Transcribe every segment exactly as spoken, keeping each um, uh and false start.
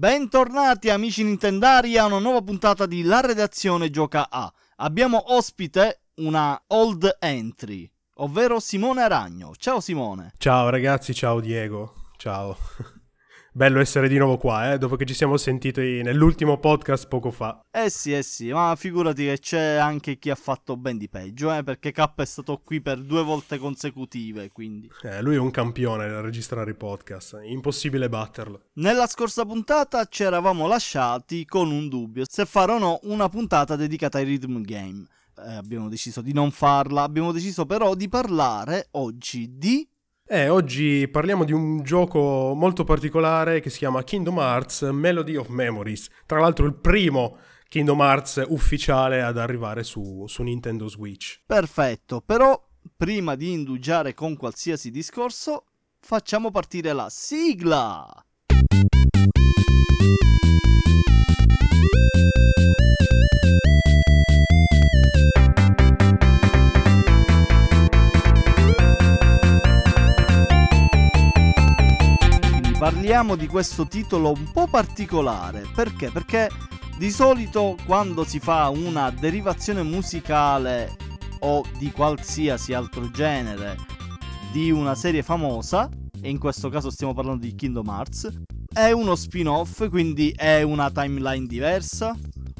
Bentornati amici nintendari a una nuova puntata di La Redazione Gioca A. Abbiamo ospite una old entry, ovvero Simone Aragno. Ciao Simone. Ciao ragazzi, ciao Diego, ciao. Bello essere di nuovo qua, eh, dopo che ci siamo sentiti nell'ultimo podcast poco fa. Eh sì, eh sì, ma figurati che c'è anche chi ha fatto ben di peggio, eh, perché K è stato qui per due volte consecutive, quindi... Eh, lui è un campione nel registrare i podcast, impossibile batterlo. Nella scorsa puntata ci eravamo lasciati con un dubbio, se fare o no una puntata dedicata ai rhythm game. Eh, abbiamo deciso di non farla, abbiamo deciso però di parlare oggi di... Eh, oggi parliamo di un gioco molto particolare che si chiama Kingdom Hearts Melody of Memories. Tra l'altro il primo Kingdom Hearts ufficiale ad arrivare su, su Nintendo Switch. Perfetto, però prima di indugiare con qualsiasi discorso, facciamo partire la sigla! Parliamo di questo titolo un po' particolare, perché? Perché di solito quando si fa una derivazione musicale o di qualsiasi altro genere di una serie famosa, e in questo caso stiamo parlando di Kingdom Hearts, è uno spin-off, quindi è una timeline diversa,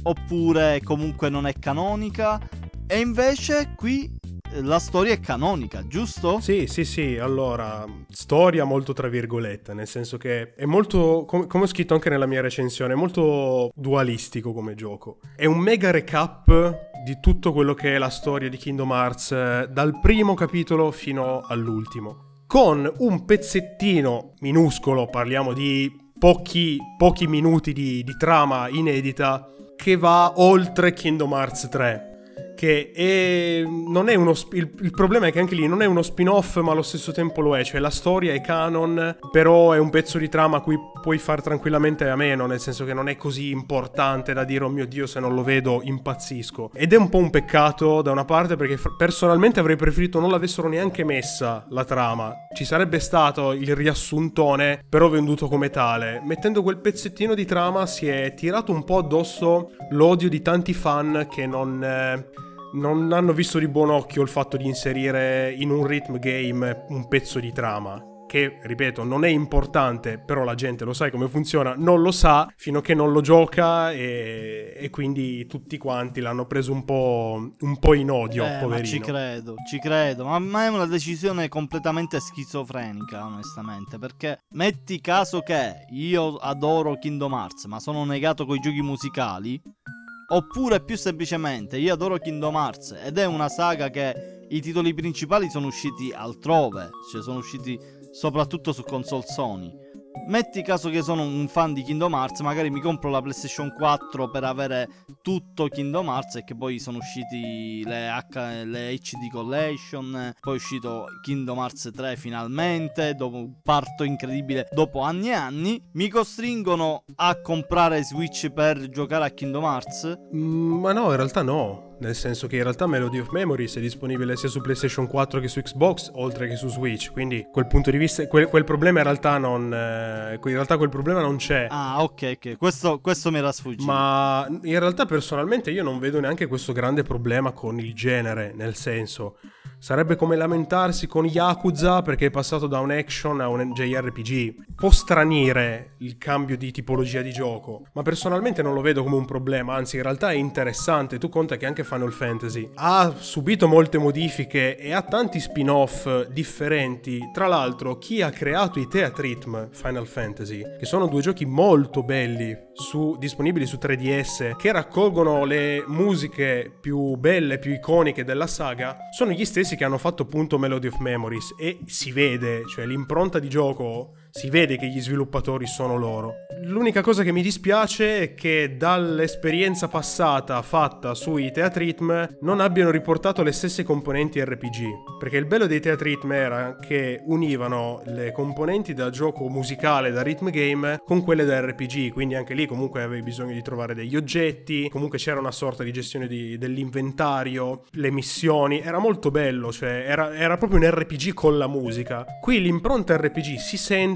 oppure comunque non è canonica, e invece qui la storia è canonica, giusto? Sì, sì, sì, allora, storia molto tra virgolette, nel senso che è molto, com- come ho scritto anche nella mia recensione, è molto dualistico come gioco. È un mega recap di tutto quello che è la storia di Kingdom Hearts, eh, dal primo capitolo fino all'ultimo, con un pezzettino minuscolo, parliamo di pochi, pochi minuti di, di trama inedita, che va oltre Kingdom Hearts tre. Che è, non è uno il, il problema è che anche lì non è uno spin-off, ma allo stesso tempo lo è, cioè la storia è canon, però è un pezzo di trama a cui puoi far tranquillamente a meno, nel senso che non è così importante da dire oh mio Dio, se non lo vedo impazzisco. Ed è un po' un peccato da una parte, perché personalmente avrei preferito non l'avessero neanche messa la trama, ci sarebbe stato il riassuntone però venduto come tale. Mettendo quel pezzettino di trama si è tirato un po' addosso l'odio di tanti fan che non... Eh, non hanno visto di buon occhio il fatto di inserire in un rhythm game un pezzo di trama che, ripeto, non è importante, però la gente lo sa come funziona, non lo sa fino a che non lo gioca, e, e quindi tutti quanti l'hanno preso un po', un po' in odio, eh, poverino. Ma ci credo, ci credo, ma, ma è una decisione completamente schizofrenica, onestamente, perché metti caso che io adoro Kingdom Hearts, ma sono negato coi giochi musicali, oppure più semplicemente io adoro Kingdom Hearts ed è una saga che i titoli principali sono usciti altrove, cioè sono usciti soprattutto su console Sony. Metti caso che sono un fan di Kingdom Hearts, magari mi compro la PlayStation quattro per avere tutto Kingdom Hearts, e che poi sono usciti le, H- le H D Collection, poi è uscito Kingdom Hearts tre finalmente, dopo un parto incredibile dopo anni e anni, mi costringono a comprare Switch per giocare a Kingdom Hearts? Mm, ma no, in realtà no. Nel senso che in realtà Melody of Memories è disponibile sia su PlayStation quattro che su Xbox, oltre che su Switch, quindi quel punto di vista, quel, quel problema in realtà non eh, in realtà quel problema non c'è. Ah, ok, ok, questo, questo mi era sfuggito. Ma in realtà personalmente io non vedo neanche questo grande problema con il genere, nel senso, sarebbe come lamentarsi con Yakuza perché è passato da un action a un J R P G. Può stranire il cambio di tipologia di gioco, ma personalmente non lo vedo come un problema, anzi in realtà è interessante. Tu conta che anche Final Fantasy ha subito molte modifiche e ha tanti spin-off differenti. Tra l'altro chi ha creato i Theat Rhythm Final Fantasy, che sono due giochi molto belli su, disponibili su tre D S, che raccolgono le musiche più belle, più iconiche della saga, sono gli stessi che hanno fatto appunto Melody of Memories, e si vede, cioè l'impronta di gioco, si vede che gli sviluppatori sono loro. L'unica cosa che mi dispiace è che dall'esperienza passata fatta sui Theat Rhythm non abbiano riportato le stesse componenti R P G, perché il bello dei Theat Rhythm era che univano le componenti da gioco musicale, da rhythm game, con quelle da R P G, quindi anche lì comunque avevi bisogno di trovare degli oggetti, comunque c'era una sorta di gestione di, dell'inventario, le missioni, era molto bello, cioè era, era proprio un R P G con la musica. Qui l'impronta R P G si sente,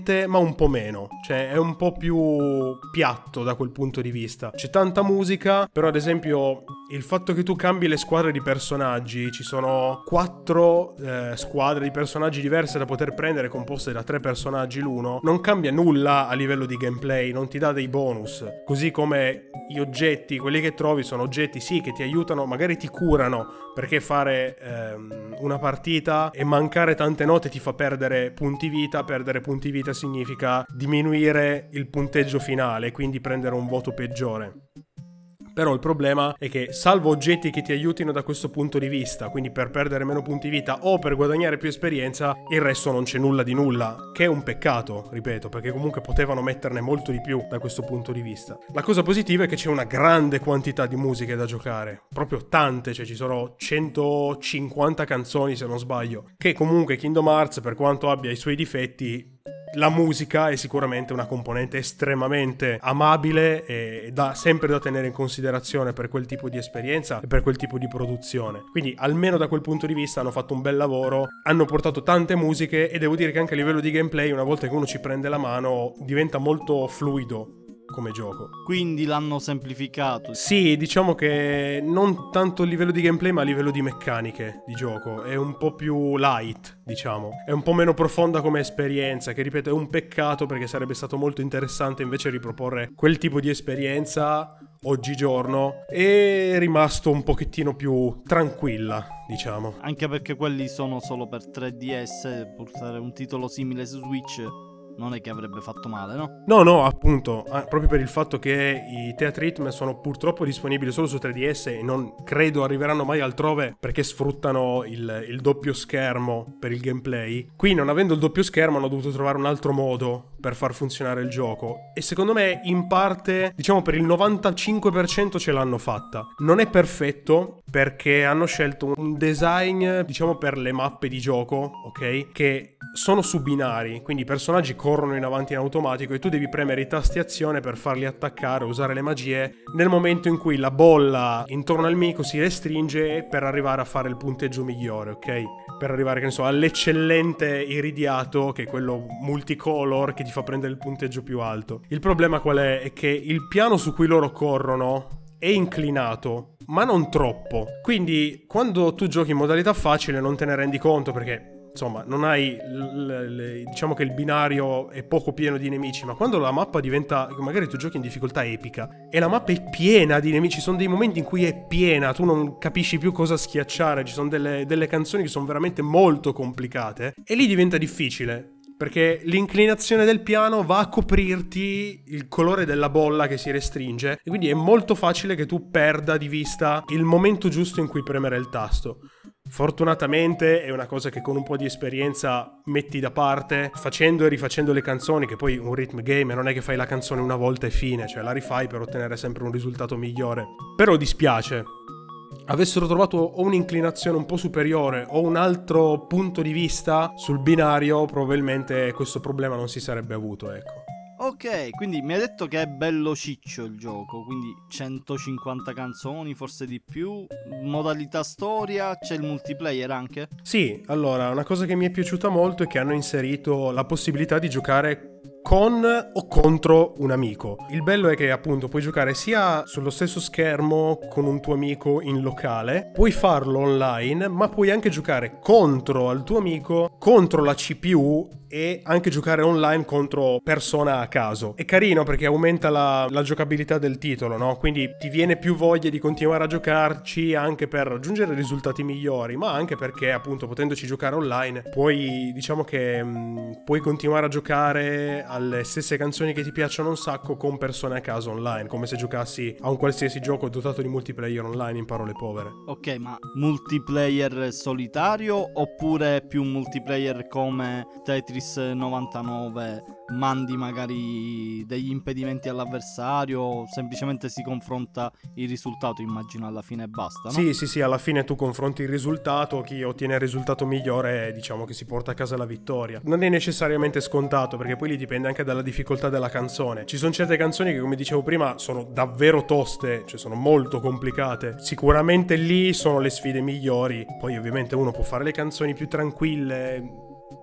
divertente, ma un po' meno. Cioè è un po' più piatto da quel punto di vista. C'è tanta musica, però ad esempio il fatto che tu cambi le squadre di personaggi, ci sono quattro eh, squadre di personaggi diverse da poter prendere, composte da tre personaggi l'uno, non cambia nulla a livello di gameplay, non ti dà dei bonus. Così come gli oggetti, quelli che trovi sono oggetti sì che ti aiutano, magari ti curano, perché fare ehm, una partita e mancare tante note ti fa perdere punti vita. Perdere punti vita significa diminuire il punteggio finale, quindi prendere un voto peggiore. Però il problema è che, salvo oggetti che ti aiutino da questo punto di vista, quindi per perdere meno punti vita o per guadagnare più esperienza, il resto non c'è nulla di nulla, che è un peccato, ripeto, perché comunque potevano metterne molto di più da questo punto di vista. La cosa positiva è che c'è una grande quantità di musiche da giocare, proprio tante, cioè ci sono centocinquanta canzoni se non sbaglio, che comunque Kingdom Hearts, per quanto abbia i suoi difetti, la musica è sicuramente una componente estremamente amabile e da, sempre da tenere in considerazione per quel tipo di esperienza e per quel tipo di produzione. Quindi almeno da quel punto di vista hanno fatto un bel lavoro, hanno portato tante musiche e devo dire che anche a livello di gameplay, una volta che uno ci prende la mano, diventa molto fluido come gioco. Quindi l'hanno semplificato. Sì, diciamo che non tanto a livello di gameplay ma a livello di meccaniche di gioco. È un po' più light, diciamo. È un po' meno profonda come esperienza, che ripeto è un peccato perché sarebbe stato molto interessante invece riproporre quel tipo di esperienza oggigiorno. È rimasto un pochettino più tranquilla, diciamo. Anche perché quelli sono solo per tre D S, portare un titolo simile su Switch non è che avrebbe fatto male, no? No, no, appunto, eh, proprio per il fatto che i Theatrhythm sono purtroppo disponibili solo su tre D S e non credo arriveranno mai altrove perché sfruttano il, il doppio schermo per il gameplay. Qui, non avendo il doppio schermo, hanno dovuto trovare un altro modo per far funzionare il gioco e secondo me in parte, diciamo per il novantacinque per cento ce l'hanno fatta. Non è perfetto perché hanno scelto un design, diciamo, per le mappe di gioco, ok? Che sono su binari, quindi i personaggi corrono in avanti in automatico e tu devi premere i tasti azione per farli attaccare, usare le magie nel momento in cui la bolla intorno al nemico si restringe per arrivare a fare il punteggio migliore, ok? Per arrivare, che ne so, all'eccellente iridiato, che è quello multicolor che ti fa prendere il punteggio più alto. Il problema qual è? È che il piano su cui loro corrono è inclinato, ma non troppo. Quindi quando tu giochi in modalità facile non te ne rendi conto perché insomma non hai l- l- l- diciamo che il binario è poco pieno di nemici, ma quando la mappa diventa, magari tu giochi in difficoltà epica e la mappa è piena di nemici, ci sono dei momenti in cui è piena, tu non capisci più cosa schiacciare, ci sono delle, delle canzoni che sono veramente molto complicate e lì diventa difficile perché l'inclinazione del piano va a coprirti il colore della bolla che si restringe e quindi è molto facile che tu perda di vista il momento giusto in cui premere il tasto. Fortunatamente è una cosa che con un po' di esperienza metti da parte, facendo e rifacendo le canzoni, che poi un rhythm game non è che fai la canzone una volta e fine, cioè la rifai per ottenere sempre un risultato migliore. Però dispiace. Avessero trovato o un'inclinazione un po' superiore o un altro punto di vista sul binario, probabilmente questo problema non si sarebbe avuto, ecco. Ok, quindi mi hai detto che è bello ciccio il gioco, quindi centocinquanta canzoni, forse di più, modalità storia, c'è il multiplayer anche? Sì, allora, una cosa che mi è piaciuta molto è che hanno inserito la possibilità di giocare con o contro un amico. Il bello è che appunto puoi giocare sia sullo stesso schermo con un tuo amico in locale, puoi farlo online, ma puoi anche giocare contro al tuo amico, contro la C P U e anche giocare online contro persona a caso. È carino perché aumenta la, la giocabilità del titolo, no? Quindi ti viene più voglia di continuare a giocarci anche per raggiungere risultati migliori, ma anche perché appunto potendoci giocare online puoi, diciamo che mh, puoi continuare a giocare alle stesse canzoni che ti piacciono un sacco con persone a caso online, come se giocassi a un qualsiasi gioco dotato di multiplayer online, in parole povere. Ok, ma multiplayer solitario oppure più multiplayer come Tetris novantanove, mandi magari degli impedimenti all'avversario, semplicemente si confronta il risultato, immagino alla fine e basta, no? Sì, sì, sì, alla fine tu confronti il risultato, chi ottiene il risultato migliore diciamo che si porta a casa la vittoria. Non è necessariamente scontato perché poi lì dipende anche dalla difficoltà della canzone. Ci sono certe canzoni che, come dicevo prima, sono davvero toste, cioè sono molto complicate. Sicuramente lì sono le sfide migliori. Poi ovviamente uno può fare le canzoni più tranquille,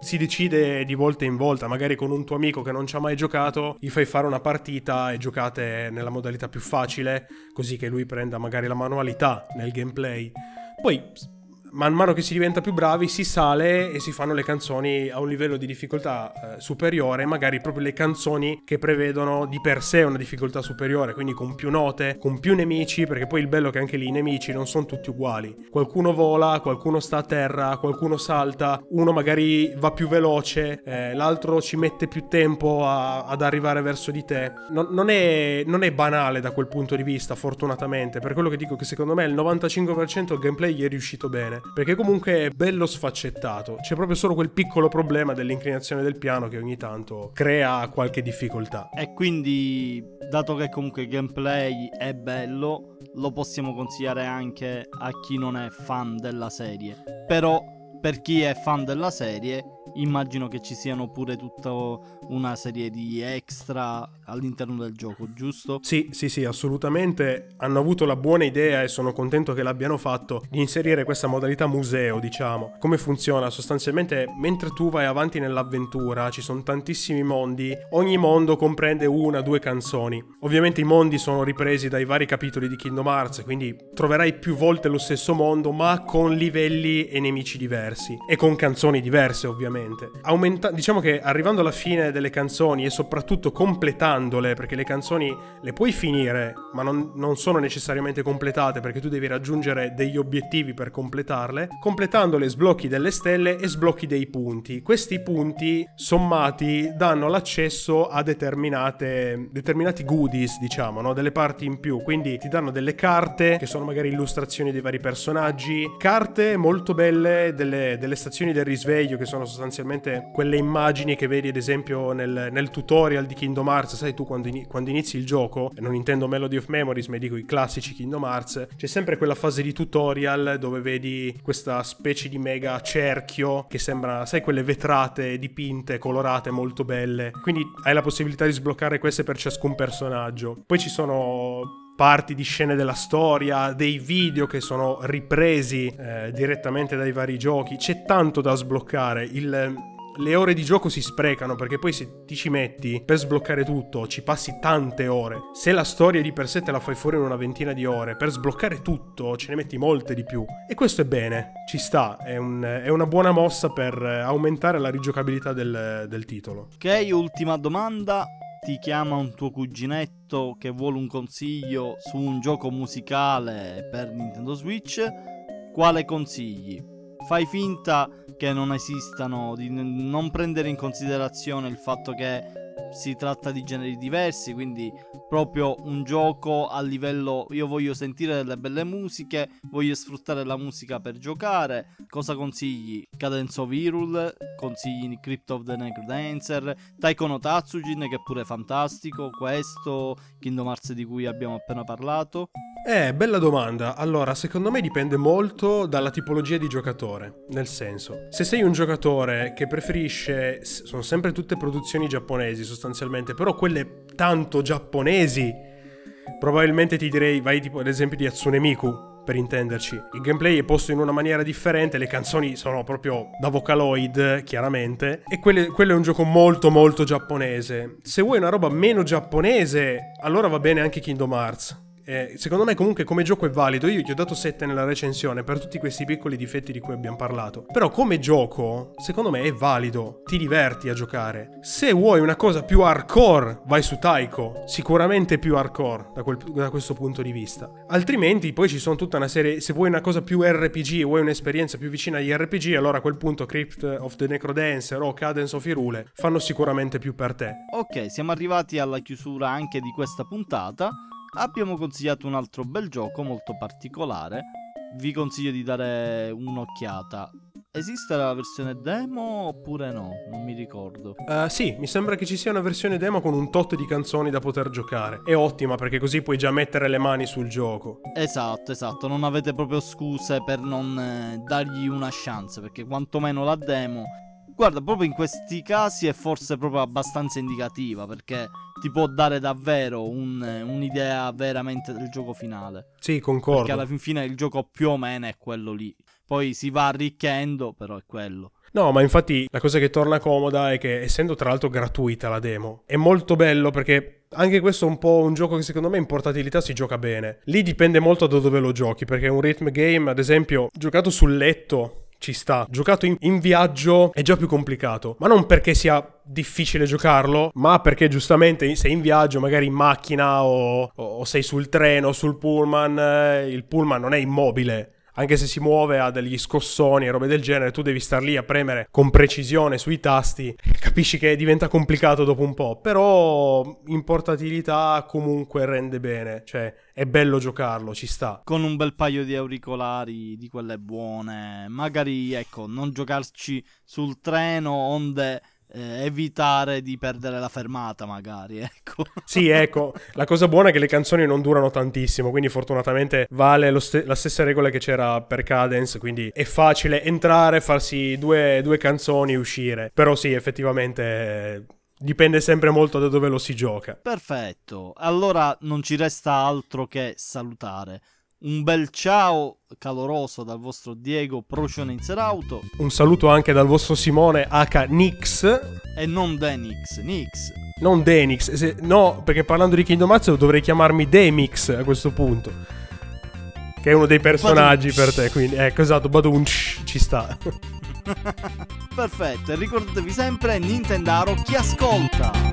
si decide di volta in volta, magari con un tuo amico che non ci ha mai giocato, gli fai fare una partita e giocate nella modalità più facile, così che lui prenda magari la manualità nel gameplay. Poi man mano che si diventa più bravi si sale e si fanno le canzoni a un livello di difficoltà eh, superiore, magari proprio le canzoni che prevedono di per sé una difficoltà superiore, quindi con più note, con più nemici, perché poi il bello è che anche lì i nemici non sono tutti uguali. Qualcuno vola, qualcuno sta a terra, qualcuno salta, uno magari va più veloce, eh, l'altro ci mette più tempo a, ad arrivare verso di te. Non, non, è, non è banale da quel punto di vista, fortunatamente, per quello che dico che secondo me il novantacinque per cento del gameplay gli è riuscito bene, perché comunque è bello sfaccettato. C'è proprio solo quel piccolo problema dell'inclinazione del piano che ogni tanto crea qualche difficoltà. E quindi, dato che comunque il gameplay è bello, lo possiamo consigliare anche a chi non è fan della serie. Però per chi è fan della serie immagino che ci siano pure tutta una serie di extra all'interno del gioco, giusto? Sì, sì, sì, assolutamente. Hanno avuto la buona idea, e sono contento che l'abbiano fatto, di inserire questa modalità museo, diciamo. Come funziona? Sostanzialmente, mentre tu vai avanti nell'avventura, ci sono tantissimi mondi, ogni mondo comprende una, due canzoni. Ovviamente i mondi sono ripresi dai vari capitoli di Kingdom Hearts, quindi troverai più volte lo stesso mondo, ma con livelli e nemici diversi, e con canzoni diverse, ovviamente. Aumenta- diciamo che arrivando alla fine delle canzoni e soprattutto completandole, perché le canzoni le puoi finire ma non, non sono necessariamente completate, perché tu devi raggiungere degli obiettivi per completarle, completandole sblocchi delle stelle e sblocchi dei punti. Questi punti sommati danno l'accesso a determinate determinati goodies, diciamo, no? Delle parti in più, quindi ti danno delle carte che sono magari illustrazioni dei vari personaggi, carte molto belle delle, delle stazioni del risveglio, che sono sostanzialmente quelle immagini che vedi ad esempio nel, nel tutorial di Kingdom Hearts. Sai, tu quando, in, quando inizi il gioco, e non intendo Melody of Memories ma dico i classici Kingdom Hearts, c'è sempre quella fase di tutorial dove vedi questa specie di mega cerchio che sembra, sai, quelle vetrate dipinte, colorate, molto belle, quindi hai la possibilità di sbloccare queste per ciascun personaggio. Poi ci sono parti di scene della storia, dei video che sono ripresi eh, direttamente dai vari giochi. C'è tanto da sbloccare. Il, le ore di gioco si sprecano, perché poi se ti ci metti per sbloccare tutto ci passi tante ore. Se la storia di per sé te la fai fuori in una ventina di ore, per sbloccare tutto ce ne metti molte di più, e questo è bene, ci sta, è, un, è una buona mossa per aumentare la rigiocabilità del, del titolo. Ok, ultima domanda. Ti chiama un tuo cuginetto che vuole un consiglio su un gioco musicale per Nintendo Switch. Quale consigli? Fai finta che non esistano, di non prendere in considerazione il fatto che si tratta di generi diversi, quindi proprio un gioco a livello, io voglio sentire delle belle musiche, voglio sfruttare la musica per giocare. Cosa consigli? Cadence of Hyrule, consigli Crypt of the Necrodancer, Taiko no Tatsujin, che è pure fantastico, questo Kingdom Hearts di cui abbiamo appena parlato? Eh, bella domanda. Allora, secondo me dipende molto dalla tipologia di giocatore. Nel senso, se sei un giocatore che preferisce, sono sempre tutte produzioni giapponesi sostanzialmente, però quelle tanto giapponesi, probabilmente ti direi vai tipo ad esempio di Hatsune Miku, per intenderci. Il gameplay è posto in una maniera differente, le canzoni sono proprio da Vocaloid, chiaramente, e quelle, quello è un gioco molto molto giapponese. Se vuoi una roba meno giapponese, allora va bene anche Kingdom Hearts. Eh, secondo me comunque come gioco è valido. Io gli ho dato sette nella recensione per tutti questi piccoli difetti di cui abbiamo parlato, però come gioco secondo me è valido, ti diverti a giocare. Se vuoi una cosa più hardcore vai su Taiko, sicuramente più hardcore da, quel, da questo punto di vista. Altrimenti poi ci sono tutta una serie, se vuoi una cosa più R P G, vuoi un'esperienza più vicina agli R P G, allora a quel punto Crypt of the Necrodancer o Cadence of Hyrule fanno sicuramente più per te. Ok, siamo arrivati alla chiusura anche di questa puntata. Abbiamo consigliato un altro bel gioco molto particolare. Vi consiglio di dare un'occhiata. Esiste la versione demo oppure no? Non mi ricordo. Uh, sì, mi sembra che ci sia una versione demo con un tot di canzoni da poter giocare. È ottima perché così puoi già mettere le mani sul gioco. Esatto, esatto. Non avete proprio scuse per non eh, dargli una chance, perché quantomeno la demo, guarda, proprio in questi casi è forse proprio abbastanza indicativa, perché ti può dare davvero un, un'idea veramente del gioco finale. Sì, concordo. Perché alla fin fine il gioco più o meno è quello lì. Poi si va arricchendo, però è quello. No, ma infatti la cosa che torna comoda è che, essendo tra l'altro gratuita la demo, è molto bello perché anche questo è un po' un gioco che secondo me in portatilità si gioca bene. Lì dipende molto da dove lo giochi, perché un rhythm game, ad esempio, giocato sul letto ci sta. Giocato in, in viaggio è già più complicato, ma non perché sia difficile giocarlo, ma perché giustamente sei in viaggio, magari in macchina o, o sei sul treno o sul pullman, eh, il pullman non è immobile. Anche se si muove, ha degli scossoni e robe del genere, tu devi star lì a premere con precisione sui tasti, capisci che diventa complicato dopo un po', però in portatilità comunque rende bene, cioè è bello giocarlo, ci sta. Con un bel paio di auricolari, di quelle buone, magari ecco, non giocarci sul treno onde eh, evitare di perdere la fermata, magari, ecco. Sì, ecco, la cosa buona è che le canzoni non durano tantissimo, quindi fortunatamente vale lo st- la stessa regola che c'era per Cadence, quindi è facile entrare, farsi due, due canzoni e uscire. Però sì, effettivamente eh, dipende sempre molto da dove lo si gioca. Perfetto, allora non ci resta altro che salutare. Un bel ciao caloroso dal vostro Diego Procione Inserauto. Un saluto anche dal vostro Simone H. Nix. E non Denix, Nix. Non Denix, se, no, perché parlando di Kingdom Hearts dovrei chiamarmi Demix a questo punto, che è uno dei personaggi Badunch. per te, quindi ecco, esatto, Badunch, ci sta. Perfetto, e ricordatevi sempre Nintendaro chi ascolta.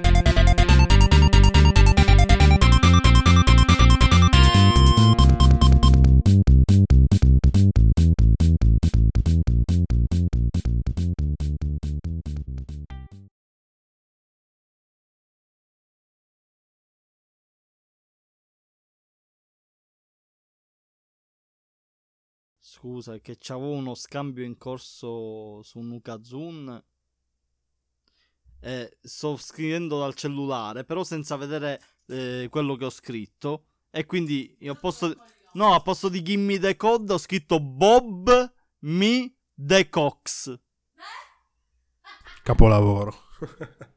Scusa, è che c'avevo uno scambio in corso su Nukazun e sto scrivendo dal cellulare, però senza vedere eh, quello che ho scritto. E quindi io a posto, no, a posto di Gimme the Code ho scritto Bob Me the Cox. Capolavoro.